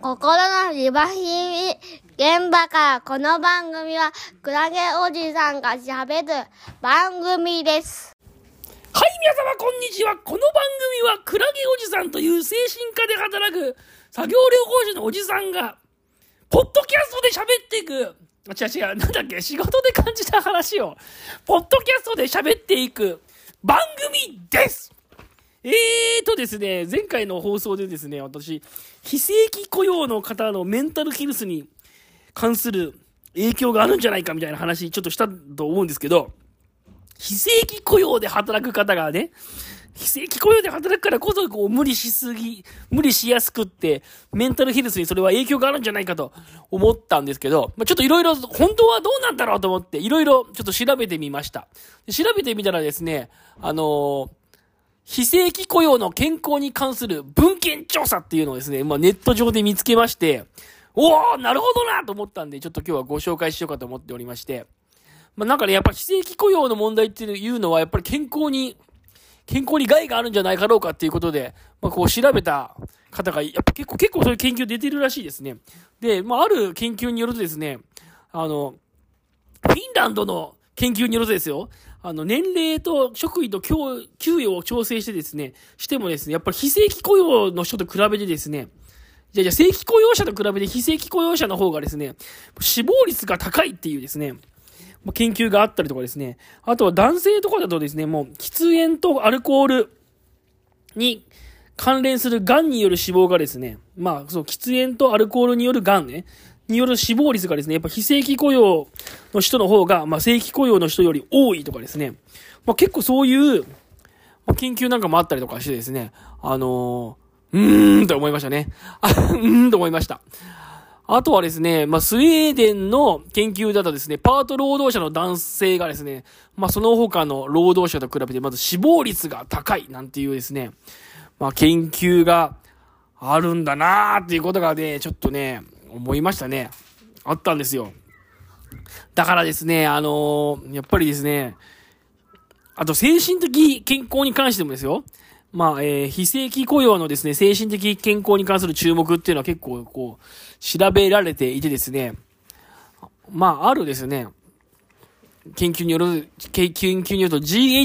心のリバヒミ現場からこの番組はクラゲおじさんが喋る番組です。 はい、皆様こんにちは。この番組はクラゲおじさんという精神科で働く作業療法士のおじさんがポッドキャストで喋っていく、違う、なんだっけ、仕事で感じた話をポッドキャストで喋っていく番組です。ですね、前回の放送でですね、私、非正規雇用の方のメンタルヘルスに関する影響があるんじゃないかみたいな話ちょっとしたと思うんですけど、非正規雇用で働く方がね、非正規雇用で働くからこそ無理しやすくって、メンタルヘルスにそれは影響があるんじゃないかと思ったんですけど、ちょっといろいろ本当はどうなんだろうと思って、いろいろちょっと調べてみました。調べてみたらですね、非正規雇用の健康に関する文献調査っていうのをですね、ネット上で見つけまして、なるほどなと思ったんで、ちょっと今日はご紹介しようかと思っておりまして、なんかね、やっぱ非正規雇用の問題っていうのは、やっぱり健康に害があるんじゃないかろうかっていうことで、こう調べた方が、やっぱ結構そういう研究出てるらしいですね。で、ある研究によるとですね、フィンランドの研究によるとですよ、年齢と職位と給与を調整してですね、やっぱり非正規雇用の人と比べてですね、正規雇用者と比べて非正規雇用者の方がですね、死亡率が高いっていうですね、研究があったりとかですね、あとは男性とかだとですね、もう喫煙とアルコールに関連する癌による死亡がですね、喫煙とアルコールによる癌ね、による死亡率がですね、やっぱ非正規雇用の人の方が、正規雇用の人より多いとかですね、結構そういう、研究なんかもあったりとかしてですね、と思いましたね。と思いました。あとはですね、スウェーデンの研究だとですね、パート労働者の男性がですね、その他の労働者と比べてまず死亡率が高いなんていうですね、研究があるんだなーっていうことがね、ちょっとね、思いましたね。あったんですよ。だからですね、やっぱりですね、あと精神的健康に関してもですよ、非正規雇用のですね、精神的健康に関する注目っていうのは結構調べられていてですね、あるですね、研究によると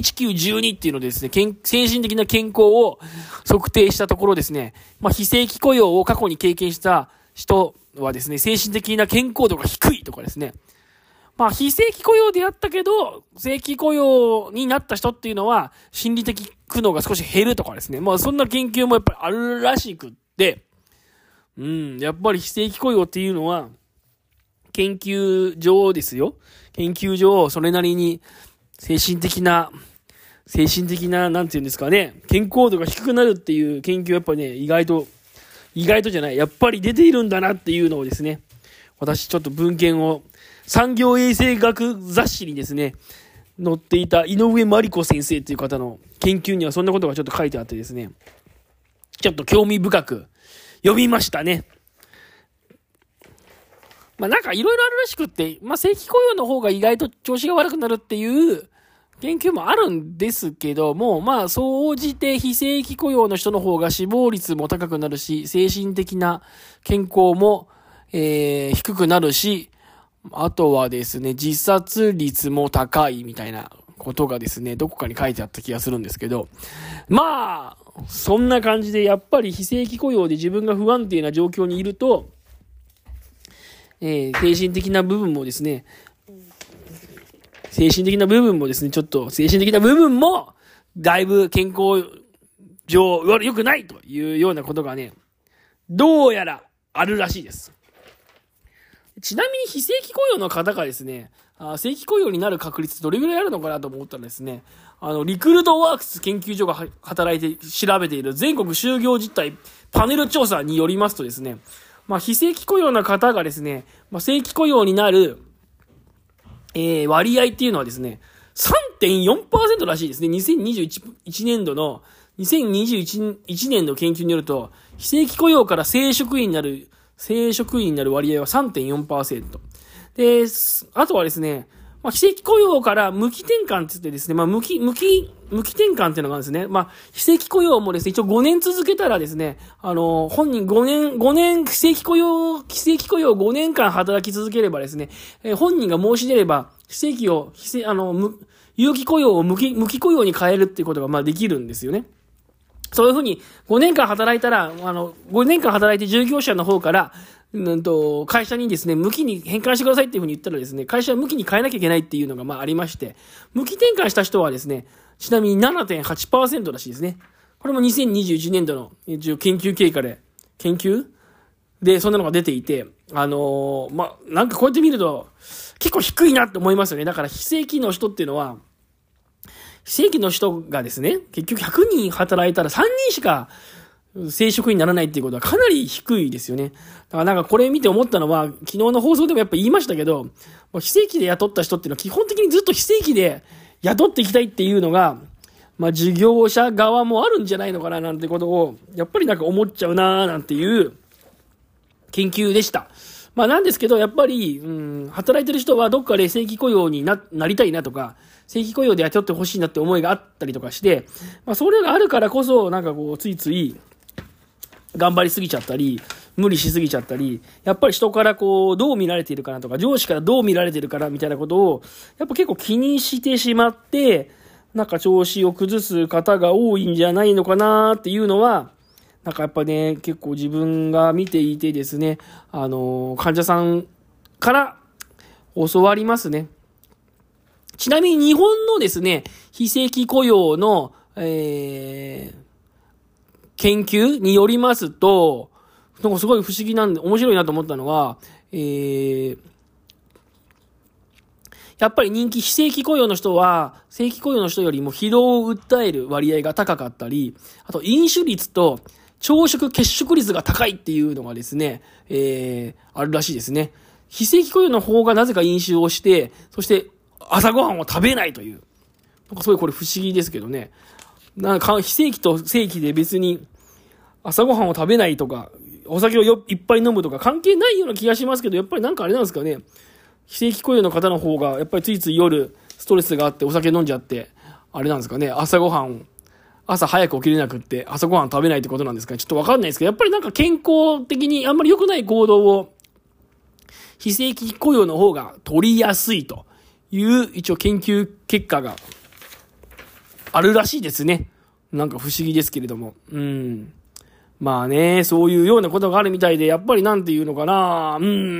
GHQ12 っていうのでですね、精神的な健康を測定したところですね、非正規雇用を過去に経験した人はですね、精神的な健康度が低いとかですね。非正規雇用であったけど、正規雇用になった人っていうのは、心理的苦悩が少し減るとかですね。そんな研究もやっぱりあるらしくって、やっぱり非正規雇用っていうのは、研究上ですよ。研究上、それなりに精神的な、なんていうんですかね、健康度が低くなるっていう研究はやっぱりね、意外とじゃない、やっぱり出ているんだなっていうのをですね、私ちょっと文献を産業衛生学雑誌にですね、載っていた井上真理子先生という方の研究にはそんなことがちょっと書いてあってですね、ちょっと興味深く読みましたね。なんかいろいろあるらしくって、正規雇用の方が意外と調子が悪くなるっていう研究もあるんですけども、総じて非正規雇用の人の方が死亡率も高くなるし、精神的な健康も、低くなるし、あとはですね、自殺率も高いみたいなことがですね、どこかに書いてあった気がするんですけど、そんな感じでやっぱり非正規雇用で自分が不安定な状況にいると、精神的な部分もですね、ちょっと精神的な部分もだいぶ健康上良くないというようなことがね、どうやらあるらしいです。ちなみに非正規雇用の方がですね、正規雇用になる確率どれぐらいあるのかなと思ったらですね、リクルートワークス研究所が働いて調べている全国就業実態パネル調査によりますとですね、非正規雇用の方がですね、正規雇用になる、割合っていうのはですね、3.4% らしいですね。2021年度の研究によると、非正規雇用から正職員になる割合は 3.4%。で、あとはですね、 非正規雇用から無期転換って言ってですね、無期転換っていうのがあるんですね。非正規雇用もですね、一応5年続けたらですね、本人5年、非正規雇用5年間働き続ければですね、本人が申し出れば、有期雇用を無期雇用に変えるっていうことができるんですよね。そういうふうに5年間働いたら、5年間働いて従業者の方から、会社にですね、無期に変換してくださいっていうふうに言ったらですね、会社は無期に変えなきゃいけないっていうのがありまして、無期転換した人はですね、ちなみに 7.8% らしいですね。これも2021年度の研究経過で、研究でそんなのが出ていて、なんかこうやって見ると、結構低いなって思いますよね。だから非正規の人っていうのは、非正規の人がですね、結局100人働いたら3人しか正職にならないっていうことはかなり低いですよね。だからなんかこれ見て思ったのは、昨日の放送でもやっぱ言いましたけど、非正規で雇った人っていうのは基本的にずっと非正規で雇っていきたいっていうのが、事業者側もあるんじゃないのかななんてことを、やっぱりなんか思っちゃうなーなんていう研究でした。なんですけど、やっぱり、働いてる人はどっかで正規雇用になりたいなとか、正規雇用で雇ってほしいなって思いがあったりとかして、それがあるからこそ、なんかこう、ついつい、頑張りすぎちゃったり、無理しすぎちゃったり、やっぱり人からこう、どう見られているかなとか、上司からどう見られているかなみたいなことを、やっぱ結構気にしてしまって、なんか調子を崩す方が多いんじゃないのかなっていうのは、なんかやっぱね、結構自分が見ていてですね、患者さんから教わりますね。ちなみに日本のですね、非正規雇用の、研究によりますと、なんかすごい不思議なんで、面白いなと思ったのは、やっぱり非正規雇用の人は、正規雇用の人よりも疲労を訴える割合が高かったり、あと飲酒率と朝食欠食率が高いっていうのがですね、あるらしいですね。非正規雇用の方がなぜか飲酒をして、そして朝ごはんを食べないという。なんかすごいこれ不思議ですけどね。なんか非正規と正規で別に朝ごはんを食べないとか、お酒をいっぱい飲むとか関係ないような気がしますけど、やっぱりなんかあれなんですかね。非正規雇用の方の方がやっぱりついつい夜ストレスがあってお酒飲んじゃって、あれなんですかね。朝早く起きれなくって朝ごはん食べないってことなんですかね。ちょっとわかんないですけど、やっぱりなんか健康的にあんまり良くない行動を非正規雇用の方が取りやすいという一応研究結果があるらしいですね。なんか不思議ですけれども。そういうようなことがあるみたいで、やっぱりなんていうのかな、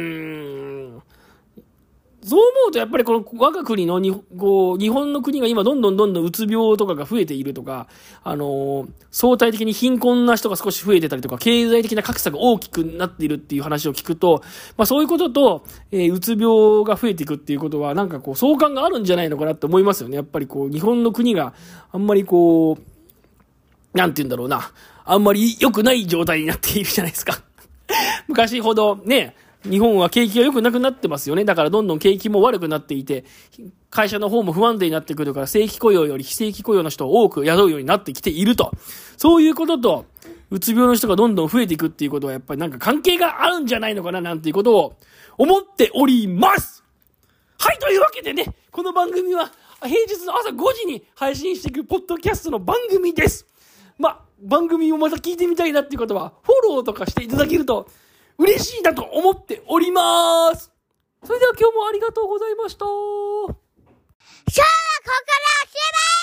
そう思うとやっぱりこの我が国の日本の国が今どんどんうつ病とかが増えているとか、相対的に貧困な人が少し増えてたりとか、経済的な格差が大きくなっているっていう話を聞くと、そういうことと、うつ病が増えていくっていうことはなんかこう相関があるんじゃないのかなって思いますよね。やっぱりこう日本の国があんまりこう、なんて言うんだろうな、あんまり良くない状態になっているじゃないですか。昔ほどね、日本は景気が良くなくなってますよね。だからどんどん景気も悪くなっていて、会社の方も不安定になってくるから、正規雇用より非正規雇用の人を多く雇うようになってきていると。そういうことと、うつ病の人がどんどん増えていくっていうことはやっぱりなんか関係があるんじゃないのかななんていうことを思っております。はい、というわけでね、この番組は平日の朝5時に配信していくポッドキャストの番組です。番組をまた聞いてみたいなっていう方はフォローとかしていただけると嬉しいなと思っております。それでは今日もありがとうございました。 ここからおしまい。